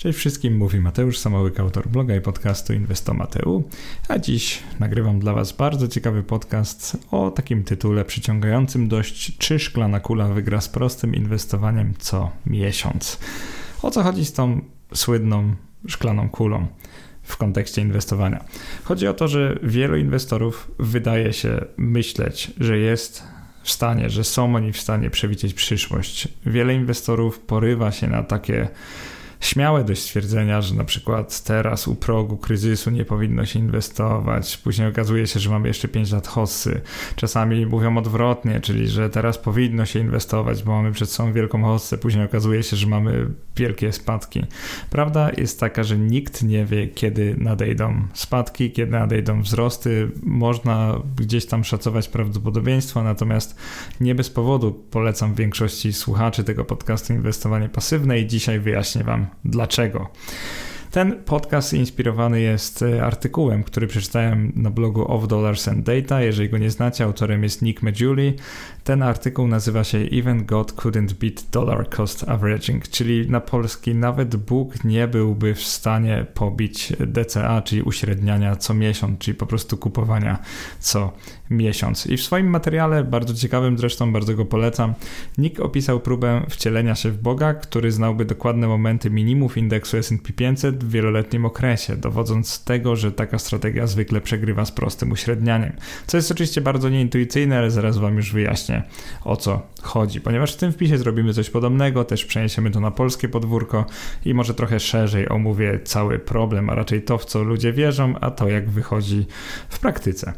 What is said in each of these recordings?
Cześć wszystkim, mówi Mateusz Samołyk, autor bloga i podcastu Inwestomateu, a dziś nagrywam dla Was bardzo ciekawy podcast o takim tytule przyciągającym dość: czy szklana kula wygra z prostym inwestowaniem co miesiąc? O co chodzi z tą słynną szklaną kulą w kontekście inwestowania? Chodzi o to, że wielu inwestorów wydaje się myśleć, że jest w stanie, że są oni w stanie przewidzieć przyszłość. Wiele inwestorów porywa się na takie śmiałe dość stwierdzenia, że na przykład teraz u progu kryzysu nie powinno się inwestować, później okazuje się, że mamy jeszcze 5 lat hossy. Czasami mówią odwrotnie, czyli że teraz powinno się inwestować, bo mamy przed sobą wielką hossę, później okazuje się, że mamy wielkie spadki. Prawda jest taka, że nikt nie wie, kiedy nadejdą spadki, kiedy nadejdą wzrosty. Można gdzieś tam szacować prawdopodobieństwo, natomiast nie bez powodu polecam większości słuchaczy tego podcastu Inwestowanie Pasywne i dzisiaj wyjaśnię Wam dlaczego. Ten podcast inspirowany jest artykułem, który przeczytałem na blogu Of Dollars and Data. Jeżeli go nie znacie, autorem jest Nick Maggiulli. Ten artykuł nazywa się Even God Couldn't Beat Dollar Cost Averaging, czyli na polski nawet Bóg nie byłby w stanie pobić DCA, czyli uśredniania co miesiąc, czyli po prostu kupowania co miesiąc. I w swoim materiale, bardzo ciekawym zresztą, bardzo go polecam, Nick opisał próbę wcielenia się w Boga, który znałby dokładne momenty minimów indeksu S&P 500 w wieloletnim okresie, dowodząc tego, że taka strategia zwykle przegrywa z prostym uśrednianiem. Co jest oczywiście bardzo nieintuicyjne, ale zaraz Wam już wyjaśnię, o co chodzi. Ponieważ w tym wpisie zrobimy coś podobnego, też przeniesiemy to na polskie podwórko i może trochę szerzej omówię cały problem, a raczej to, w co ludzie wierzą, a to, jak wychodzi w praktyce.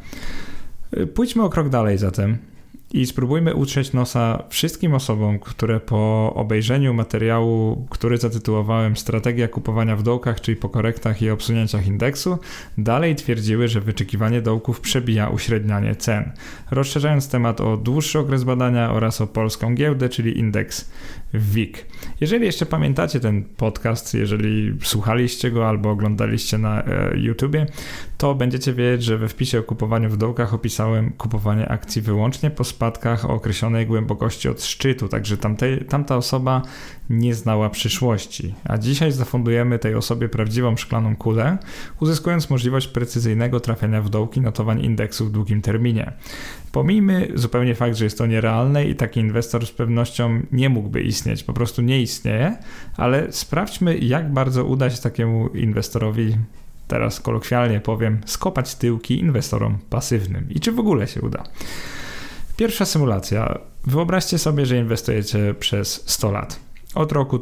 Pójdźmy o krok dalej zatem i spróbujmy utrzeć nosa wszystkim osobom, które po obejrzeniu materiału, który zatytułowałem Strategia kupowania w dołkach, czyli po korektach i obsunięciach indeksu, dalej twierdziły, że wyczekiwanie dołków przebija uśrednianie cen, rozszerzając temat o dłuższy okres badania oraz o polską giełdę, czyli indeks WIG. Jeżeli jeszcze pamiętacie ten podcast, jeżeli słuchaliście go albo oglądaliście na YouTubie, to będziecie wiedzieć, że we wpisie o kupowaniu w dołkach opisałem kupowanie akcji wyłącznie po spadkach o określonej głębokości od szczytu, także tamta osoba nie znała przyszłości. A dzisiaj zafundujemy tej osobie prawdziwą szklaną kulę, uzyskując możliwość precyzyjnego trafiania w dołki notowań indeksu w długim terminie. Pomijmy zupełnie fakt, że jest to nierealne i taki inwestor z pewnością nie mógłby istnieć, po prostu nie istnieje, ale sprawdźmy, jak bardzo uda się takiemu inwestorowi, teraz kolokwialnie powiem, skopać tyłki inwestorom pasywnym i czy w ogóle się uda. Pierwsza symulacja. Wyobraźcie sobie, że inwestujecie przez 100 lat. Od roku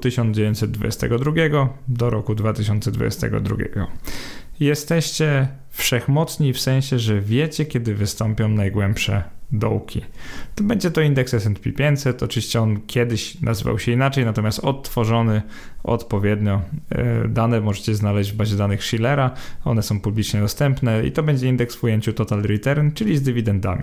1922 do roku 2022. Jesteście wszechmocni w sensie, że wiecie, kiedy wystąpią najgłębsze dołki. To będzie to indeks S&P 500, oczywiście on kiedyś nazywał się inaczej, natomiast odtworzony odpowiednio. Dane możecie znaleźć w bazie danych Shillera, one są publicznie dostępne i to będzie indeks w ujęciu Total Return, czyli z dywidendami.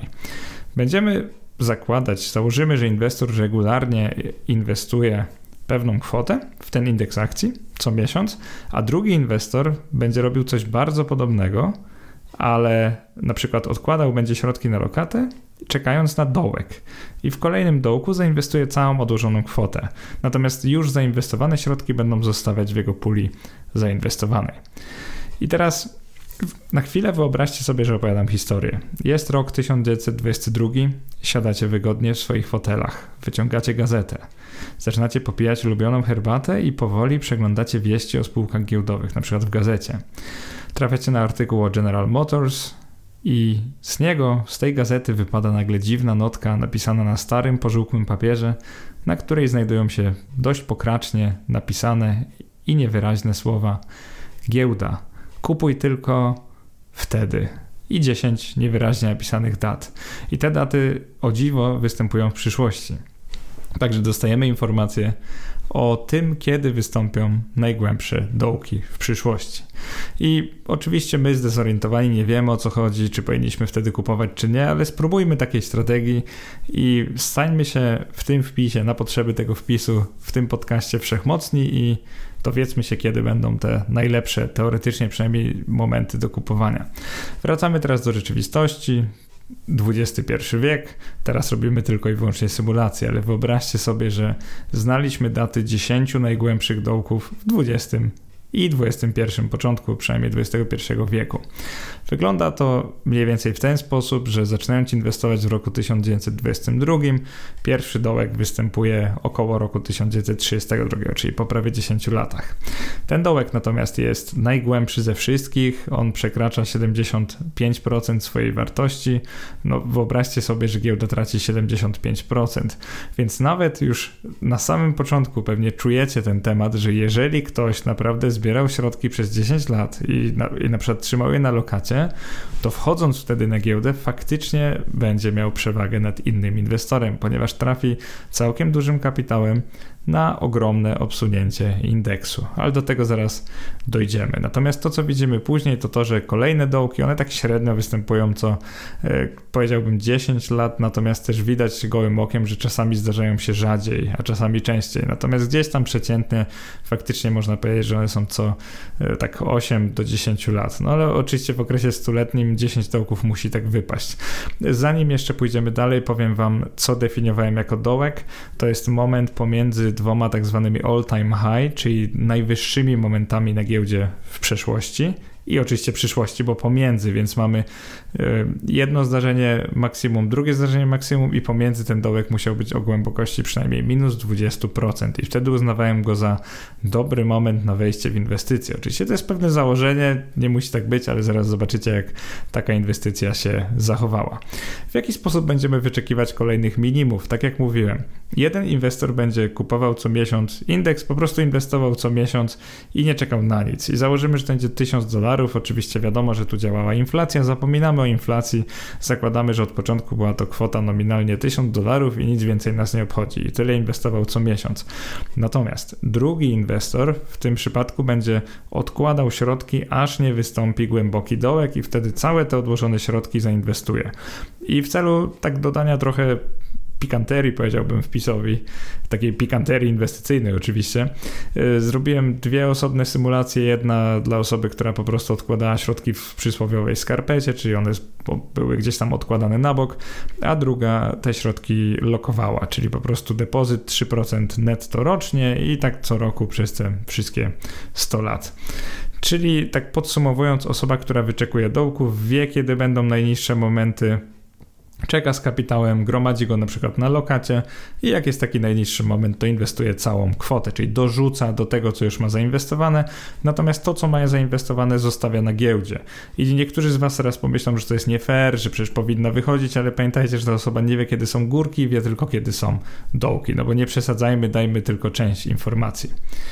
Założymy, że inwestor regularnie inwestuje pewną kwotę w ten indeks akcji co miesiąc, a drugi inwestor będzie robił coś bardzo podobnego, ale na przykład będzie środki na lokatę, czekając na dołek i w kolejnym dołku zainwestuje całą odłożoną kwotę. Natomiast już zainwestowane środki będą zostawiać w jego puli zainwestowanej. I teraz na chwilę wyobraźcie sobie, że opowiadam historię. Jest rok 1922, siadacie wygodnie w swoich fotelach, wyciągacie gazetę, zaczynacie popijać ulubioną herbatę i powoli przeglądacie wieści o spółkach giełdowych, na przykład w gazecie. Trafiacie na artykuł o General Motors i z tej gazety wypada nagle dziwna notka napisana na starym, pożółkłym papierze, na której znajdują się dość pokracznie napisane i niewyraźne słowa: giełda, kupuj tylko wtedy. I 10 niewyraźnie napisanych dat. I te daty, o dziwo, występują w przyszłości. Także dostajemy informacje o tym, kiedy wystąpią najgłębsze dołki w przyszłości. I oczywiście my zdezorientowani nie wiemy, o co chodzi, czy powinniśmy wtedy kupować, czy nie, ale spróbujmy takiej strategii i stańmy się w tym wpisie, na potrzeby tego wpisu, w tym podcaście wszechmocni i dowiedzmy się, kiedy będą te najlepsze, teoretycznie przynajmniej, momenty do kupowania. Wracamy teraz do rzeczywistości. XXI wiek, teraz robimy tylko i wyłącznie symulację, ale wyobraźcie sobie, że znaliśmy daty 10 najgłębszych dołków w XXI i XXI, początku przynajmniej XXI wieku. Wygląda to mniej więcej w ten sposób, że zaczynając inwestować w roku 1922, pierwszy dołek występuje około roku 1932, czyli po prawie 10 latach. Ten dołek natomiast jest najgłębszy ze wszystkich, on przekracza 75% swojej wartości. No wyobraźcie sobie, że giełda traci 75%, więc nawet już na samym początku pewnie czujecie ten temat, że jeżeli ktoś naprawdę zbierał środki przez 10 lat i na przykład trzymał je na lokacie, to wchodząc wtedy na giełdę faktycznie będzie miał przewagę nad innym inwestorem, ponieważ trafi całkiem dużym kapitałem na ogromne obsunięcie indeksu, ale do tego zaraz dojdziemy. Natomiast to, co widzimy później, to to, że kolejne dołki, one tak średnio występują co, powiedziałbym 10 lat, natomiast też widać gołym okiem, że czasami zdarzają się rzadziej, a czasami częściej. Natomiast gdzieś tam przeciętnie faktycznie można powiedzieć, że one są co tak 8 do 10 lat. No ale oczywiście w okresie stuletnim 10 dołków musi tak wypaść. Zanim jeszcze pójdziemy dalej, powiem wam, co definiowałem jako dołek. To jest moment pomiędzy dwoma tak zwanymi all-time high, czyli najwyższymi momentami na giełdzie w przeszłości i oczywiście przyszłości, bo pomiędzy, więc mamy jedno zdarzenie maksimum, drugie zdarzenie maksimum i pomiędzy ten dołek musiał być o głębokości przynajmniej minus 20% i wtedy uznawałem go za dobry moment na wejście w inwestycje. Oczywiście to jest pewne założenie, nie musi tak być, ale zaraz zobaczycie, jak taka inwestycja się zachowała. W jaki sposób będziemy wyczekiwać kolejnych minimów? Tak jak mówiłem, jeden inwestor będzie kupował co miesiąc indeks, po prostu inwestował co miesiąc i nie czekał na nic. I założymy, że to będzie $1000. Oczywiście wiadomo, że tu działała inflacja, zapominamy o inflacji, zakładamy, że od początku była to kwota nominalnie $1000 i nic więcej nas nie obchodzi i tyle inwestował co miesiąc. Natomiast drugi inwestor w tym przypadku będzie odkładał środki, aż nie wystąpi głęboki dołek i wtedy całe te odłożone środki zainwestuje. I w celu tak dodania trochę pikanterii, powiedziałbym wpisowi, takiej pikanterii inwestycyjnej oczywiście, zrobiłem dwie osobne symulacje. Jedna dla osoby, która po prostu odkładała środki w przysłowiowej skarpecie, czyli one były gdzieś tam odkładane na bok, a druga te środki lokowała, czyli po prostu depozyt 3% netto rocznie i tak co roku przez te wszystkie 100 lat. Czyli tak podsumowując, osoba, która wyczekuje dołków, wie, kiedy będą najniższe momenty, czeka z kapitałem, gromadzi go na przykład na lokacie i jak jest taki najniższy moment, to inwestuje całą kwotę, czyli dorzuca do tego, co już ma zainwestowane, natomiast to, co ma zainwestowane, zostawia na giełdzie. I niektórzy z was teraz pomyślą, że to jest nie fair, że przecież powinna wychodzić, ale pamiętajcie, że ta osoba nie wie, kiedy są górki, wie tylko, kiedy są dołki, no bo nie przesadzajmy, dajmy tylko część informacji.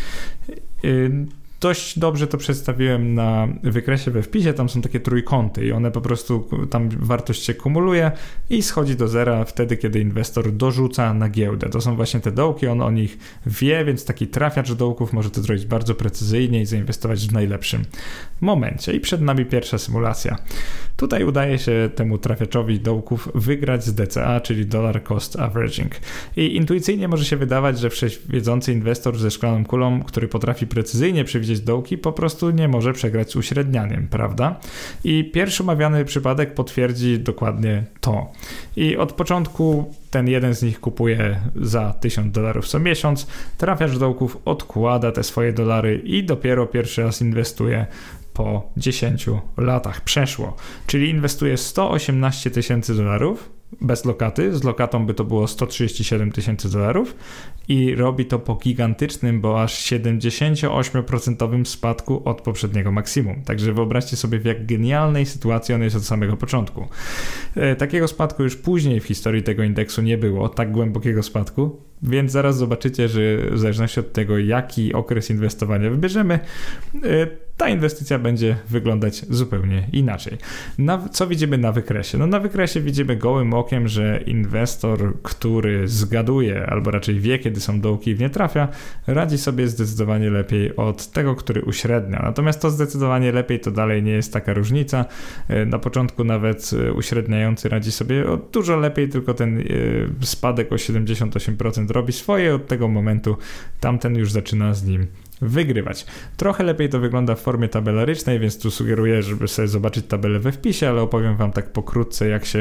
Dość dobrze to przedstawiłem na wykresie we wpisie, tam są takie trójkąty i one po prostu, tam wartość się kumuluje i schodzi do zera wtedy, kiedy inwestor dorzuca na giełdę. To są właśnie te dołki, on o nich wie, więc taki trafiacz dołków może to zrobić bardzo precyzyjnie i zainwestować w najlepszym momencie. I przed nami pierwsza symulacja. Tutaj udaje się temu trafiaczowi dołków wygrać z DCA, czyli Dollar Cost Averaging. I intuicyjnie może się wydawać, że wszechwiedzący inwestor ze szklaną kulą, który potrafi precyzyjnie przewidzieć dołki, po prostu nie może przegrać z uśrednianiem, prawda? I pierwszy omawiany przypadek potwierdzi dokładnie to. I od początku ten jeden z nich kupuje za $1000 co miesiąc, trafiacz dołków odkłada te swoje dolary i dopiero pierwszy raz inwestuje po 10 latach. Przeszło. Czyli inwestuje $118 000 bez lokaty, z lokatą by to było $137 000 i robi to po gigantycznym, bo aż 78% spadku od poprzedniego maksimum. Także wyobraźcie sobie, w jak genialnej sytuacji on jest od samego początku. Takiego spadku już później w historii tego indeksu nie było, tak głębokiego spadku, więc zaraz zobaczycie, że w zależności od tego, jaki okres inwestowania wybierzemy, ta inwestycja będzie wyglądać zupełnie inaczej. Co widzimy na wykresie? No na wykresie widzimy gołym okiem, że inwestor, który zgaduje, albo raczej wie, kiedy są dołki i w nie trafia, radzi sobie zdecydowanie lepiej od tego, który uśrednia. Natomiast to zdecydowanie lepiej to dalej nie jest taka różnica. Na początku nawet uśredniający radzi sobie dużo lepiej, tylko ten spadek o 78% robi swoje, od tego momentu tamten już zaczyna z nim wygrywać. Trochę lepiej to wygląda w formie tabelarycznej, więc tu sugeruję, żeby sobie zobaczyć tabelę we wpisie, ale opowiem wam tak pokrótce, jak się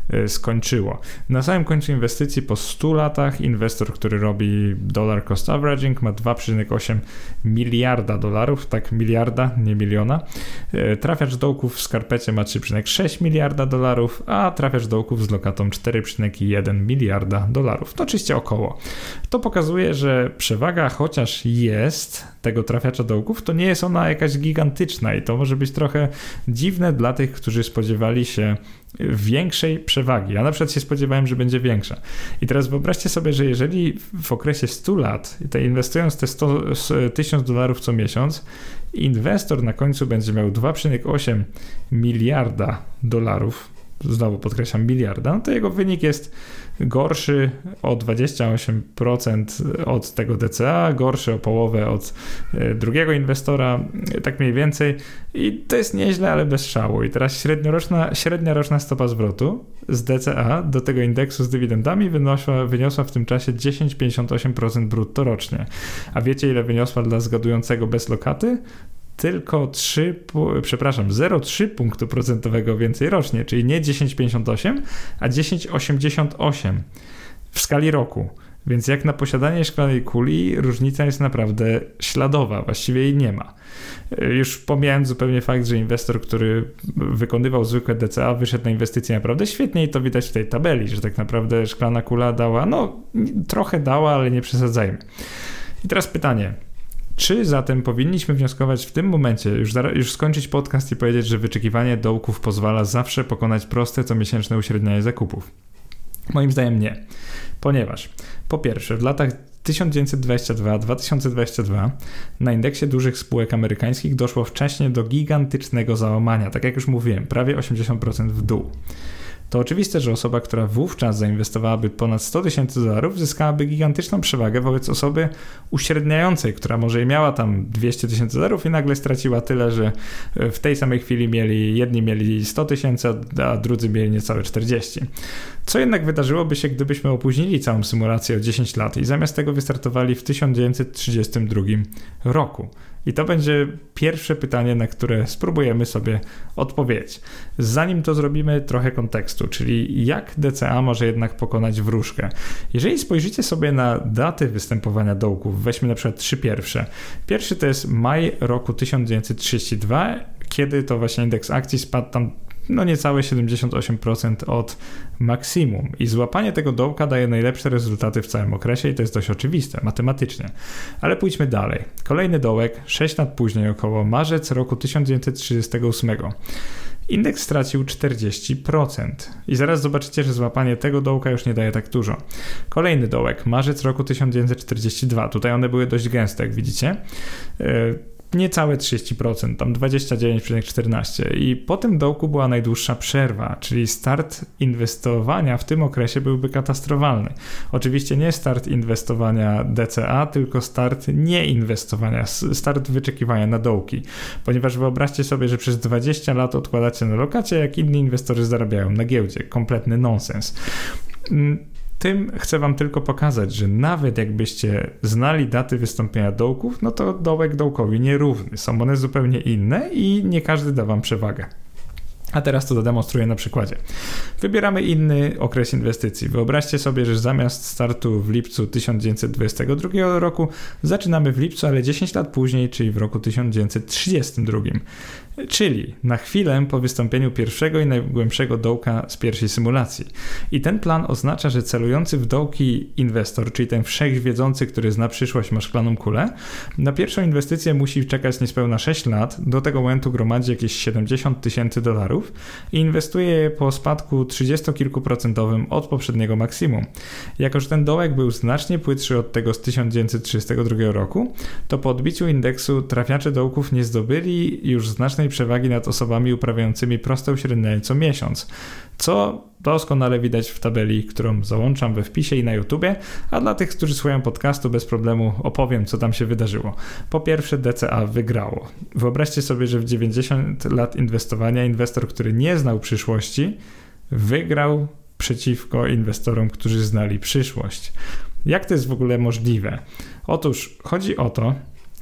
skończyło. Na samym końcu inwestycji po 100 latach inwestor, który robi dollar cost averaging, ma 2,8 miliarda dolarów, tak miliarda, nie miliona. Trafiacz dołków w skarpecie ma 3,6 miliarda dolarów, a trafiacz dołków z lokatą 4,1 miliarda dolarów. To oczywiście około. To pokazuje, że przewaga, chociaż jest tego trafiacza dołków, to nie jest ona jakaś gigantyczna i to może być trochę dziwne dla tych, którzy spodziewali się większej przewagi. Ja na przykład się spodziewałem, że będzie większa. I teraz wyobraźcie sobie, że jeżeli w okresie 100 lat, inwestując te 1000 dolarów co miesiąc, inwestor na końcu będzie miał 2,8 miliarda dolarów, znowu podkreślam miliarda, no to jego wynik jest gorszy o 28% od tego DCA, gorszy o połowę od drugiego inwestora, tak mniej więcej. I to jest nieźle, ale bez szału. I teraz średnia roczna stopa zwrotu z DCA do tego indeksu z dywidendami wyniosła w tym czasie 10,58% brutto rocznie. A wiecie, ile wyniosła dla zgadującego bez lokaty? Tylko 0,3 punktu procentowego więcej rocznie, czyli nie 10,58, a 10,88 w skali roku. Więc jak na posiadanie szklanej kuli, różnica jest naprawdę śladowa, właściwie jej nie ma. Już pomijając zupełnie fakt, że inwestor, który wykonywał zwykłe DCA, wyszedł na inwestycje naprawdę świetnie i to widać w tej tabeli, że tak naprawdę szklana kula dała, trochę dała, ale nie przesadzajmy. I teraz pytanie. Czy zatem powinniśmy wnioskować w tym momencie, już skończyć podcast i powiedzieć, że wyczekiwanie dołków pozwala zawsze pokonać proste comiesięczne uśrednianie zakupów? Moim zdaniem nie, ponieważ po pierwsze w latach 1922-2022 na indeksie dużych spółek amerykańskich doszło wcześniej do gigantycznego załamania, tak jak już mówiłem, prawie 80% w dół. To oczywiste, że osoba, która wówczas zainwestowałaby ponad $100,000, zyskałaby gigantyczną przewagę wobec osoby uśredniającej, która może miała tam $200,000 i nagle straciła tyle, że w tej samej chwili jedni mieli 100,000, a drudzy mieli niecałe 40. Co jednak wydarzyłoby się, gdybyśmy opóźnili całą symulację o 10 lat i zamiast tego wystartowali w 1932 roku? I to będzie pierwsze pytanie, na które spróbujemy sobie odpowiedzieć. Zanim to zrobimy, trochę kontekstu, czyli jak DCA może jednak pokonać wróżkę. Jeżeli spojrzycie sobie na daty występowania dołków, weźmy na przykład 3 pierwsze. Pierwszy to jest maj roku 1932, kiedy to właśnie indeks akcji spadł tam niecałe 78% od maksimum. I złapanie tego dołka daje najlepsze rezultaty w całym okresie i to jest dość oczywiste, matematycznie. Ale pójdźmy dalej. Kolejny dołek, 6 lat później, około marzec roku 1938. Indeks stracił 40%. I zaraz zobaczycie, że złapanie tego dołka już nie daje tak dużo. Kolejny dołek, marzec roku 1942. Tutaj one były dość gęste, jak widzicie. Niecałe 30%, tam 29,14 i po tym dołku była najdłuższa przerwa, czyli start inwestowania w tym okresie byłby katastrofalny. Oczywiście nie start inwestowania DCA, tylko start nieinwestowania, start wyczekiwania na dołki, ponieważ wyobraźcie sobie, że przez 20 lat odkładacie na lokacie, jak inni inwestorzy zarabiają na giełdzie. Kompletny nonsens. Tym chcę wam tylko pokazać, że nawet jakbyście znali daty wystąpienia dołków, to dołek dołkowi nierówny. Są one zupełnie inne i nie każdy da wam przewagę. A teraz to zademonstruję na przykładzie. Wybieramy inny okres inwestycji. Wyobraźcie sobie, że zamiast startu w lipcu 1922 roku zaczynamy w lipcu, ale 10 lat później, czyli w roku 1932. Czyli na chwilę po wystąpieniu pierwszego i najgłębszego dołka z pierwszej symulacji. I ten plan oznacza, że celujący w dołki inwestor, czyli ten wszechwiedzący, który zna przyszłość, ma szklaną kulę, na pierwszą inwestycję musi czekać niespełna 6 lat, do tego momentu gromadzi jakieś $70,000 i inwestuje je po spadku 30-kilkuprocentowym od poprzedniego maksimum. Jako że ten dołek był znacznie płytszy od tego z 1932 roku, to po odbiciu indeksu trafiacze dołków nie zdobyli już znacznej przewagi nad osobami uprawiającymi proste uśrednianie co miesiąc, co doskonale widać w tabeli, którą załączam we wpisie i na YouTubie, a dla tych, którzy słuchają podcastu, bez problemu opowiem, co tam się wydarzyło. Po pierwsze, DCA wygrało. Wyobraźcie sobie, że w 90 lat inwestowania inwestor, który nie znał przyszłości, wygrał przeciwko inwestorom, którzy znali przyszłość. Jak to jest w ogóle możliwe? Otóż chodzi o to,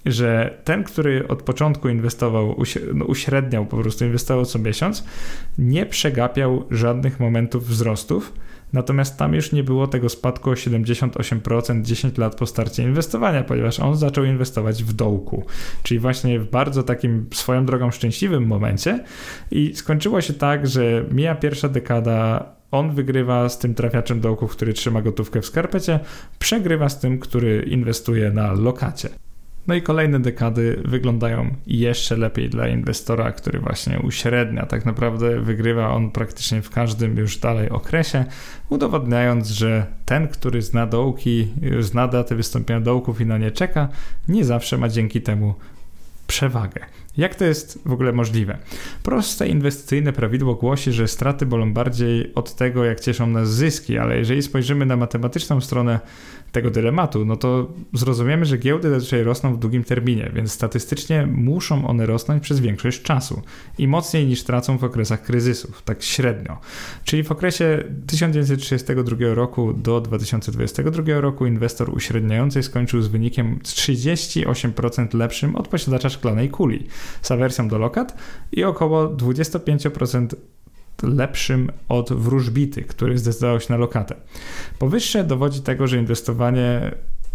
że ten, który od początku inwestował, uśredniał, po prostu inwestował co miesiąc, nie przegapiał żadnych momentów wzrostów, natomiast tam już nie było tego spadku o 78% 10 lat po starcie inwestowania, ponieważ on zaczął inwestować w dołku, czyli właśnie w bardzo takim swoją drogą szczęśliwym momencie i skończyło się tak, że mija pierwsza dekada, on wygrywa z tym trafiaczem dołków, który trzyma gotówkę w skarpecie, przegrywa z tym, który inwestuje na lokacie. No i kolejne dekady wyglądają jeszcze lepiej dla inwestora, który właśnie uśrednia. Tak naprawdę wygrywa on praktycznie w każdym już dalej okresie, udowadniając, że ten, który zna dołki, zna daty wystąpienia dołków i na nie czeka, nie zawsze ma dzięki temu przewagę. Jak to jest w ogóle możliwe? Proste inwestycyjne prawidło głosi, że straty bolą bardziej od tego, jak cieszą nas zyski, ale jeżeli spojrzymy na matematyczną stronę tego dylematu, no to zrozumiemy, że giełdy zazwyczaj rosną w długim terminie, więc statystycznie muszą one rosnąć przez większość czasu i mocniej niż tracą w okresach kryzysów, tak średnio. Czyli w okresie 1932 roku do 2022 roku inwestor uśredniający skończył z wynikiem 38% lepszym od posiadacza szklanej kuli z awersją do lokat i około 25% lepszym od wróżbity, który zdecydował się na lokatę. Powyższe dowodzi tego, że inwestowanie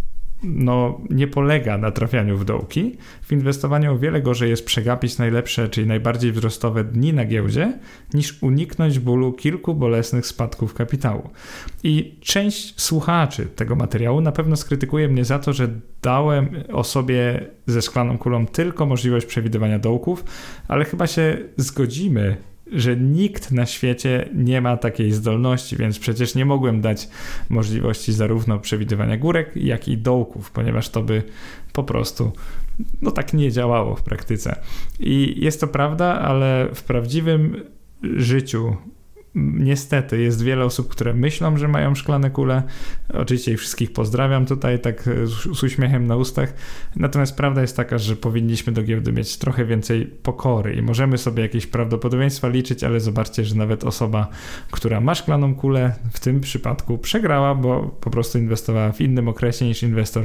nie polega na trafianiu w dołki. W inwestowaniu o wiele gorzej jest przegapić najlepsze, czyli najbardziej wzrostowe dni na giełdzie, niż uniknąć bólu kilku bolesnych spadków kapitału. I część słuchaczy tego materiału na pewno skrytykuje mnie za to, że dałem osobie ze szklaną kulą tylko możliwość przewidywania dołków, ale chyba się zgodzimy, że nikt na świecie nie ma takiej zdolności, więc przecież nie mogłem dać możliwości zarówno przewidywania górek, jak i dołków, ponieważ to by po prostu tak nie działało w praktyce. I jest to prawda, ale w prawdziwym życiu niestety jest wiele osób, które myślą, że mają szklane kule. Oczywiście ich wszystkich pozdrawiam tutaj tak z uśmiechem na ustach. Natomiast prawda jest taka, że powinniśmy do giełdy mieć trochę więcej pokory i możemy sobie jakieś prawdopodobieństwa liczyć, ale zobaczcie, że nawet osoba, która ma szklaną kulę, w tym przypadku przegrała, bo po prostu inwestowała w innym okresie niż inwestor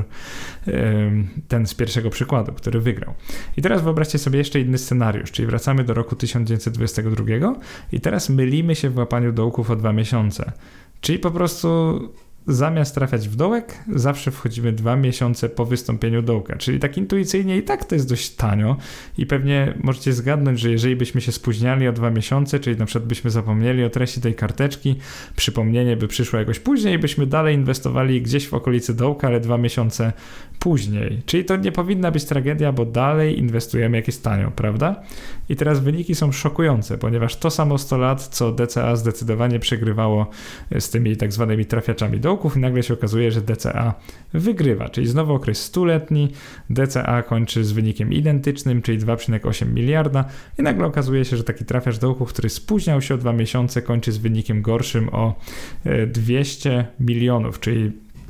ten z pierwszego przykładu, który wygrał. I teraz wyobraźcie sobie jeszcze inny scenariusz, czyli wracamy do roku 1922 i teraz mylimy się w łapaniu dołków o 2 miesiące. Czyli po prostu zamiast trafiać w dołek, zawsze wchodzimy 2 miesiące po wystąpieniu dołka. Czyli tak intuicyjnie i tak to jest dość tanio i pewnie możecie zgadnąć, że jeżeli byśmy się spóźniali o 2 miesiące, czyli na przykład byśmy zapomnieli o treści tej karteczki, przypomnienie by przyszło jakoś później i byśmy dalej inwestowali gdzieś w okolicy dołka, ale 2 miesiące później. Czyli to nie powinna być tragedia, bo dalej inwestujemy jak jest tanio, prawda? I teraz wyniki są szokujące, ponieważ to samo 100 lat, co DCA zdecydowanie przegrywało z tymi tak zwanymi trafiaczami dołków i nagle się okazuje, że DCA wygrywa, czyli znowu okres 100-letni, DCA kończy z wynikiem identycznym, czyli 2,8 miliarda i nagle okazuje się, że taki trafiacz dołków, który spóźniał się o 2 miesiące, kończy z wynikiem gorszym o 200 milionów, czyli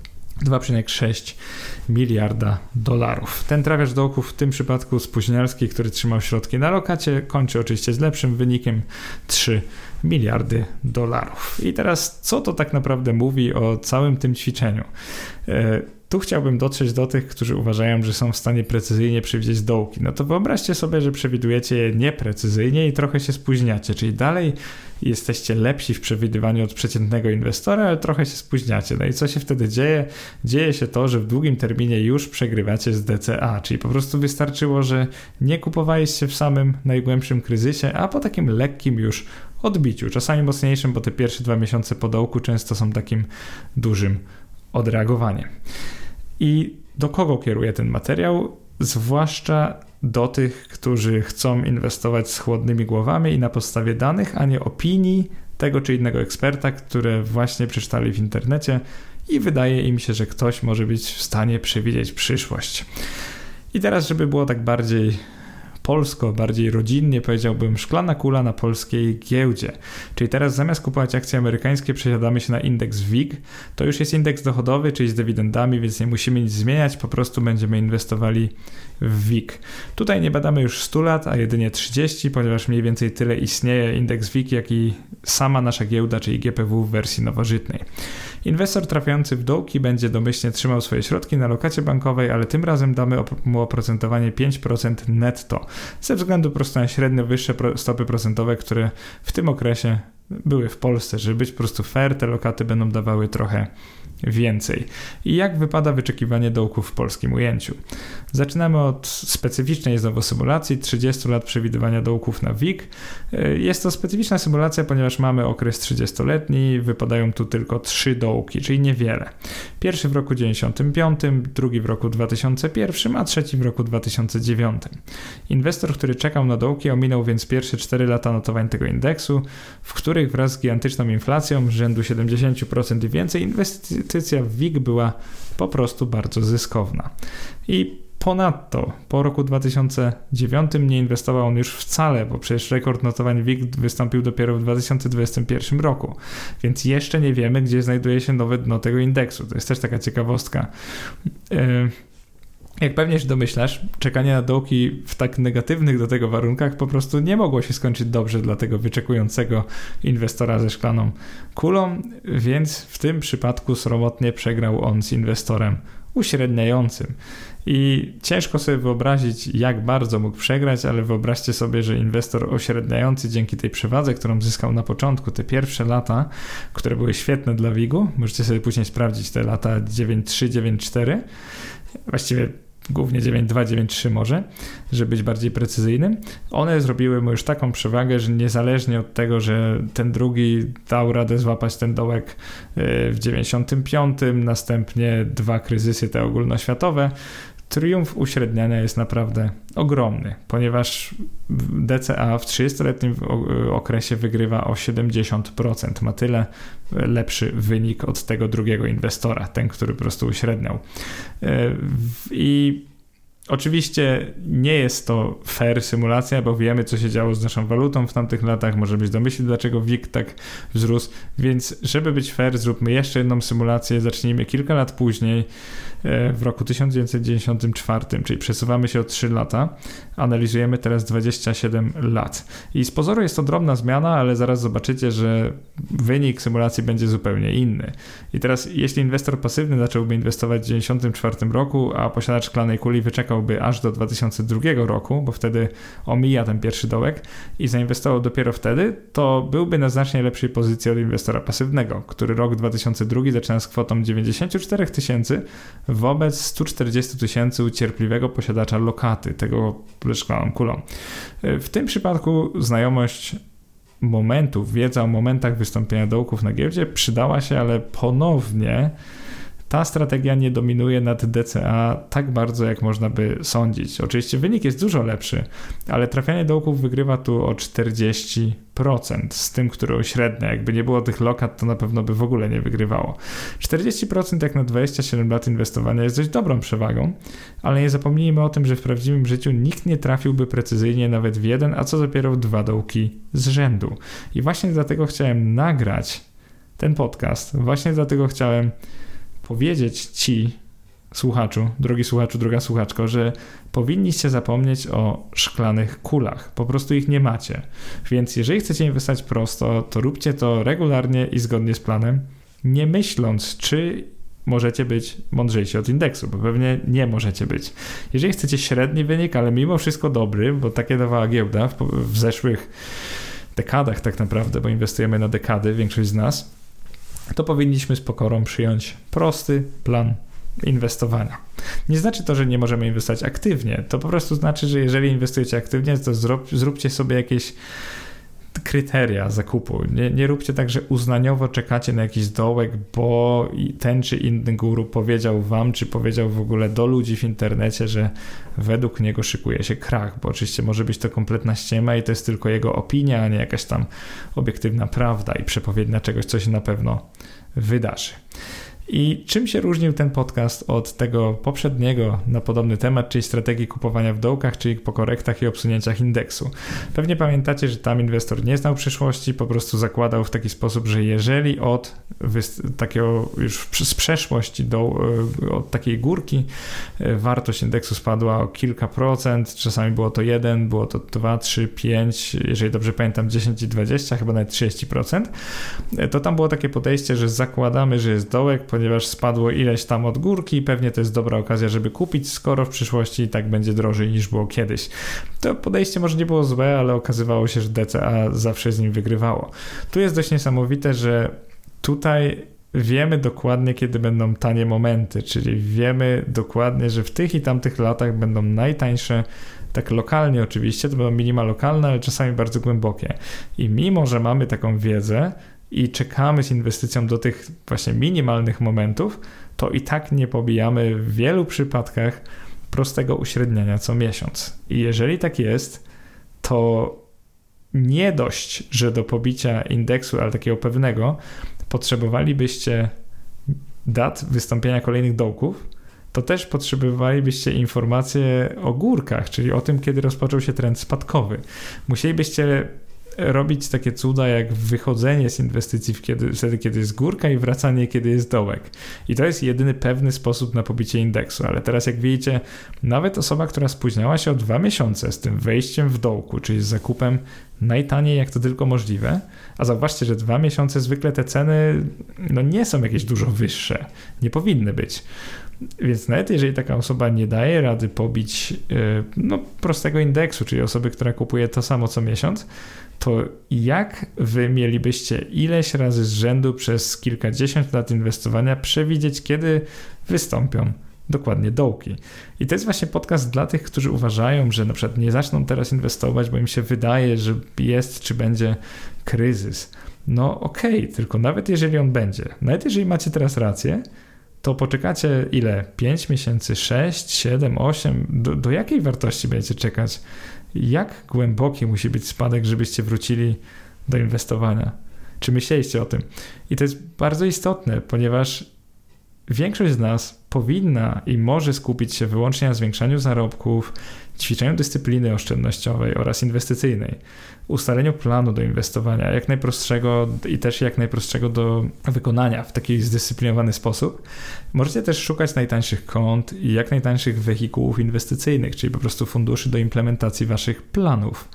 2,6 miliarda dolarów. Ten trafiacz dołków w tym przypadku spóźnialski, który trzymał środki na lokacie, kończy oczywiście z lepszym wynikiem 3 miliardy dolarów. I teraz co to tak naprawdę mówi o całym tym ćwiczeniu? Tu chciałbym dotrzeć do tych, którzy uważają, że są w stanie precyzyjnie przewidzieć dołki. No to wyobraźcie sobie, że przewidujecie je nieprecyzyjnie i trochę się spóźniacie, czyli dalej jesteście lepsi w przewidywaniu od przeciętnego inwestora, ale trochę się spóźniacie. No i co się wtedy dzieje? Dzieje się to, że w długim terminie już przegrywacie z DCA, czyli po prostu wystarczyło, że nie kupowaliście w samym najgłębszym kryzysie, a po takim lekkim już odbiciu, czasami mocniejszym, bo te pierwsze 2 miesiące po dołku często są takim dużym odreagowaniem. I do kogo kieruje ten materiał? Zwłaszcza do tych, którzy chcą inwestować z chłodnymi głowami i na podstawie danych, a nie opinii tego czy innego eksperta, które właśnie przeczytali w internecie i wydaje im się, że ktoś może być w stanie przewidzieć przyszłość. I teraz, żeby było tak bardziej polsko, bardziej rodzinnie, powiedziałbym, szklana kula na polskiej giełdzie. Czyli teraz zamiast kupować akcje amerykańskie przesiadamy się na indeks WIG. To już jest indeks dochodowy, czyli z dywidendami, więc nie musimy nic zmieniać, po prostu będziemy inwestowali w WIG. Tutaj nie badamy już 100 lat, a jedynie 30, ponieważ mniej więcej tyle istnieje indeks WIG, jak i sama nasza giełda, czyli GPW w wersji nowożytnej. Inwestor trafiający w dołki będzie domyślnie trzymał swoje środki na lokacie bankowej, ale tym razem damy mu oprocentowanie 5% netto, ze względu po prostu na średnio wyższe stopy procentowe, które w tym okresie były w Polsce. Żeby być po prostu fair, te lokaty będą dawały trochę więcej. I jak wypada wyczekiwanie dołków w polskim ujęciu? Zaczynamy od specyficznej znowu symulacji 30 lat przewidywania dołków na WIG. Jest to specyficzna symulacja, ponieważ mamy okres 30-letni, wypadają tu tylko 3 dołki, czyli niewiele. Pierwszy w roku 95, drugi w roku 2001, a trzeci w roku 2009. Inwestor, który czekał na dołki, ominął więc pierwsze 4 lata notowań tego indeksu, w których wraz z gigantyczną inflacją rzędu 70% i więcej inwestycja w WIG była po prostu bardzo zyskowna. I ponadto po roku 2009 nie inwestował on już wcale, bo przecież rekord notowań WIG wystąpił dopiero w 2021 roku, więc jeszcze nie wiemy, gdzie znajduje się nowe dno tego indeksu. To jest też taka ciekawostka. Jak pewnie się domyślasz, czekanie na dołki w tak negatywnych do tego warunkach po prostu nie mogło się skończyć dobrze dla tego wyczekującego inwestora ze szklaną kulą, więc w tym przypadku sromotnie przegrał on z inwestorem uśredniającym. I ciężko sobie wyobrazić, jak bardzo mógł przegrać, ale wyobraźcie sobie, że inwestor uśredniający dzięki tej przewadze, którą zyskał na początku, te pierwsze lata, które były świetne dla WIG-u, możecie sobie później sprawdzić te lata 9.3, 9.4, właściwie głównie 9.2, 9.3 może, żeby być bardziej precyzyjnym, one zrobiły mu już taką przewagę, że niezależnie od tego, że ten drugi dał radę złapać ten dołek w 95, następnie 2 kryzysy te ogólnoświatowe, triumf uśredniania jest naprawdę ogromny, ponieważ DCA w 30-letnim okresie wygrywa o 70%. Ma tyle lepszy wynik od tego drugiego inwestora, ten, który po prostu uśredniał. I oczywiście nie jest to fair symulacja, bo wiemy, co się działo z naszą walutą w tamtych latach, może być domyślić, dlaczego WIG tak wzrósł, więc żeby być fair, zróbmy jeszcze jedną symulację, zacznijmy kilka lat później, w roku 1994, czyli przesuwamy się o 3 lata, analizujemy teraz 27 lat. I z pozoru jest to drobna zmiana, ale zaraz zobaczycie, że wynik symulacji będzie zupełnie inny. I teraz, jeśli inwestor pasywny zacząłby inwestować w 1994 roku, a posiadacz szklanej kuli wyczekałby aż do 2002 roku, bo wtedy omija ten pierwszy dołek i zainwestował dopiero wtedy, to byłby na znacznie lepszej pozycji od inwestora pasywnego, który rok 2002 zaczyna z kwotą 94 000 wobec 140 000 ucierpliwego posiadacza lokaty, tego szklaną kulą. W tym przypadku znajomość momentów, wiedza o momentach wystąpienia dołków na giełdzie przydała się, ale ponownie ta strategia nie dominuje nad DCA tak bardzo, jak można by sądzić. Oczywiście wynik jest dużo lepszy, ale trafianie dołków wygrywa tu o 40% z tym, który średnia. Jakby nie było tych lokat, to na pewno by w ogóle nie wygrywało. 40% jak na 27 lat inwestowania jest dość dobrą przewagą, ale nie zapomnijmy o tym, że w prawdziwym życiu nikt nie trafiłby precyzyjnie nawet w 1, a co dopiero w 2 dołki z rzędu. I właśnie dlatego chciałem nagrać ten podcast. Właśnie dlatego chciałem powiedzieć ci, słuchaczu, drogi słuchaczu, droga słuchaczko, że powinniście zapomnieć o szklanych kulach. Po prostu ich nie macie. Więc jeżeli chcecie inwestować prosto, to róbcie to regularnie i zgodnie z planem, nie myśląc, czy możecie być mądrzejsi od indeksu, bo pewnie nie możecie być. Jeżeli chcecie średni wynik, ale mimo wszystko dobry, bo takie dawała giełda w zeszłych dekadach tak naprawdę, bo inwestujemy na dekady, większość z nas, to powinniśmy z pokorą przyjąć prosty plan inwestowania. Nie znaczy to, że nie możemy inwestować aktywnie. To po prostu znaczy, że jeżeli inwestujecie aktywnie, to zróbcie sobie jakieś kryteria zakupu. Nie róbcie tak, że uznaniowo czekacie na jakiś dołek, bo ten czy inny guru powiedział wam, czy powiedział w ogóle do ludzi w internecie, że według niego szykuje się krach, bo oczywiście może być to kompletna ściema i to jest tylko jego opinia, a nie jakaś tam obiektywna prawda i przepowiednia czegoś, co się na pewno wydarzy. I czym się różnił ten podcast od tego poprzedniego na podobny temat, czyli strategii kupowania w dołkach, czyli po korektach i obsunięciach indeksu? Pewnie pamiętacie, że tam inwestor nie znał przyszłości, po prostu zakładał w taki sposób, że jeżeli od takiego już z przeszłości od takiej górki wartość indeksu spadła o kilka procent, czasami było to 1, było to 2, 3, 5, jeżeli dobrze pamiętam 10 i 20, chyba nawet 30%, to tam było takie podejście, że zakładamy, że jest dołek, ponieważ spadło ileś tam od górki i pewnie to jest dobra okazja, żeby kupić, skoro w przyszłości i tak będzie drożej niż było kiedyś. To podejście może nie było złe, ale okazywało się, że DCA zawsze z nim wygrywało. Tu jest dość niesamowite, że tutaj wiemy dokładnie, kiedy będą tanie momenty, czyli wiemy dokładnie, że w tych i tamtych latach będą najtańsze, tak lokalnie oczywiście, to będą minima lokalne, ale czasami bardzo głębokie. I mimo, że mamy taką wiedzę i czekamy z inwestycją do tych właśnie minimalnych momentów, to i tak nie pobijamy w wielu przypadkach prostego uśredniania co miesiąc. I jeżeli tak jest, to nie dość, że do pobicia indeksu, ale takiego pewnego, potrzebowalibyście dat wystąpienia kolejnych dołków, to też potrzebowalibyście informacje o górkach, czyli o tym, kiedy rozpoczął się trend spadkowy. Musielibyście robić takie cuda jak wychodzenie z inwestycji wtedy, kiedy jest górka i wracanie, kiedy jest dołek. I to jest jedyny pewny sposób na pobicie indeksu. Ale teraz jak widzicie, nawet osoba, która spóźniała się o 2 miesiące z tym wejściem w dołku, czyli z zakupem najtaniej jak to tylko możliwe, a zauważcie, że 2 miesiące zwykle te ceny nie są jakieś dużo wyższe. Nie powinny być. Więc nawet jeżeli taka osoba nie daje rady pobić prostego indeksu, czyli osoby, która kupuje to samo co miesiąc, to jak wy mielibyście ileś razy z rzędu przez kilkadziesiąt lat inwestowania przewidzieć, kiedy wystąpią dokładnie dołki? I to jest właśnie podcast dla tych, którzy uważają, że na przykład nie zaczną teraz inwestować, bo im się wydaje, że jest czy będzie kryzys. No okej, tylko nawet jeżeli on będzie, nawet jeżeli macie teraz rację, to poczekacie ile? 5 miesięcy, 6, 7, 8? Do jakiej wartości będziecie czekać? Jak głęboki musi być spadek, żebyście wrócili do inwestowania? Czy myśleliście o tym? I to jest bardzo istotne, ponieważ większość z nas powinna i może skupić się wyłącznie na zwiększaniu zarobków, ćwiczeniu dyscypliny oszczędnościowej oraz inwestycyjnej, ustaleniu planu do inwestowania, jak najprostszego i też jak najprostszego do wykonania w taki zdyscyplinowany sposób. Możecie też szukać najtańszych kont i jak najtańszych wehikułów inwestycyjnych, czyli po prostu funduszy do implementacji waszych planów.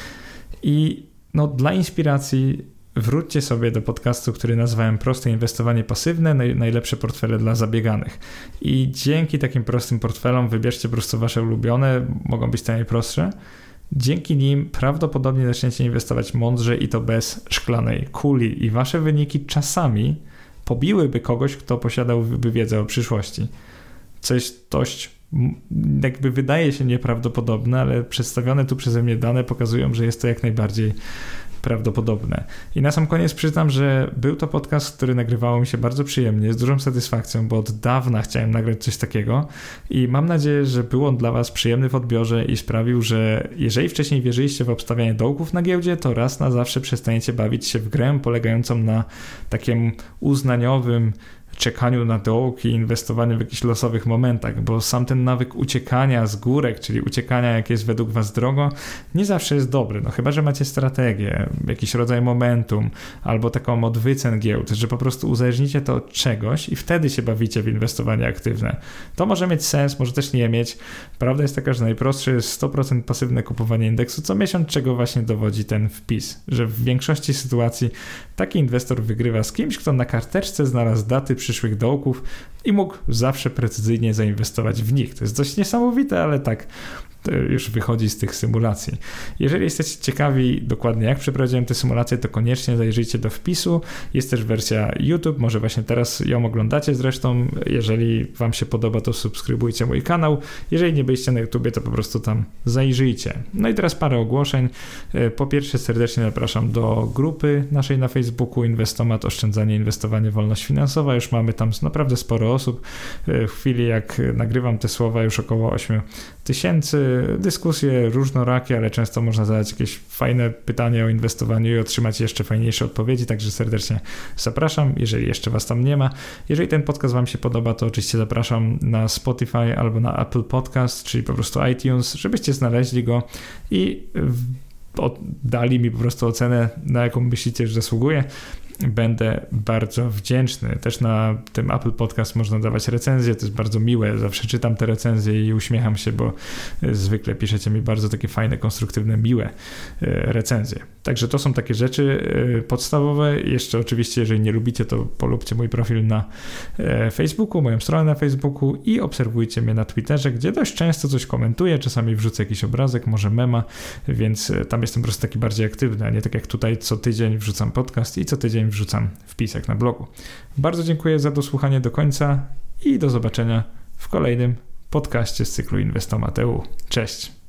I dla inspiracji wróćcie sobie do podcastu, który nazwałem Proste Inwestowanie Pasywne, najlepsze portfele dla zabieganych. I dzięki takim prostym portfelom wybierzcie po prostu wasze ulubione, mogą być te najprostsze. Dzięki nim prawdopodobnie zaczniecie inwestować mądrze i to bez szklanej kuli. I wasze wyniki czasami pobiłyby kogoś, kto posiadałby wiedzę o przyszłości. Co jest dość, jakby wydaje się nieprawdopodobne, ale przedstawione tu przeze mnie dane pokazują, że jest to jak najbardziej prawdopodobne. I na sam koniec przyznam, że był to podcast, który nagrywało mi się bardzo przyjemnie, z dużą satysfakcją, bo od dawna chciałem nagrać coś takiego i mam nadzieję, że był on dla was przyjemny w odbiorze i sprawił, że jeżeli wcześniej wierzyliście w obstawianie dołków na giełdzie, to raz na zawsze przestaniecie bawić się w grę polegającą na takim uznaniowym czekaniu na dołki i inwestowaniu w jakichś losowych momentach, bo sam ten nawyk uciekania z górek, czyli uciekania jak jest według was drogo, nie zawsze jest dobry, chyba że macie strategię, jakiś rodzaj momentum, albo taką od wycen giełd, że po prostu uzależnicie to od czegoś i wtedy się bawicie w inwestowanie aktywne. To może mieć sens, może też nie mieć. Prawda jest taka, że najprostsze jest 100% pasywne kupowanie indeksu co miesiąc, czego właśnie dowodzi ten wpis, że w większości sytuacji taki inwestor wygrywa z kimś, kto na karteczce znalazł daty przyszłych dołków i mógł zawsze precyzyjnie zainwestować w nich. To jest dość niesamowite, ale tak już wychodzi z tych symulacji. Jeżeli jesteście ciekawi dokładnie jak przeprowadziłem te symulacje, to koniecznie zajrzyjcie do wpisu. Jest też wersja YouTube, może właśnie teraz ją oglądacie zresztą. Jeżeli wam się podoba, to subskrybujcie mój kanał. Jeżeli nie byliście na YouTubie, to po prostu tam zajrzyjcie. No i teraz parę ogłoszeń. Po pierwsze serdecznie zapraszam do grupy naszej na Facebooku Inwestomat, Oszczędzanie, Inwestowanie, Wolność Finansowa. Już mamy tam naprawdę sporo osób. W chwili jak nagrywam te słowa już około 8 000. dyskusje różnorakie, ale często można zadać jakieś fajne pytania o inwestowaniu i otrzymać jeszcze fajniejsze odpowiedzi, także serdecznie zapraszam, jeżeli jeszcze Was tam nie ma. Jeżeli ten podcast Wam się podoba, to oczywiście zapraszam na Spotify albo na Apple Podcast, czyli po prostu iTunes, żebyście znaleźli go i dali mi po prostu ocenę, na jaką myślicie, że zasługuje. Będę bardzo wdzięczny. Też na tym Apple Podcast można dawać recenzje, to jest bardzo miłe. Zawsze czytam te recenzje i uśmiecham się, bo zwykle piszecie mi bardzo takie fajne, konstruktywne, miłe recenzje. Także to są takie rzeczy podstawowe. Jeszcze oczywiście, jeżeli nie lubicie, to polubcie mój profil na Facebooku, moją stronę na Facebooku i obserwujcie mnie na Twitterze, gdzie dość często coś komentuję, czasami wrzucę jakiś obrazek, może mema, więc tam jestem po prostu taki bardziej aktywny, a nie tak jak tutaj co tydzień wrzucam podcast i co tydzień wrzucam wpisek na blogu. Bardzo dziękuję za dosłuchanie do końca i do zobaczenia w kolejnym podcaście z cyklu Investomat.eu. Cześć!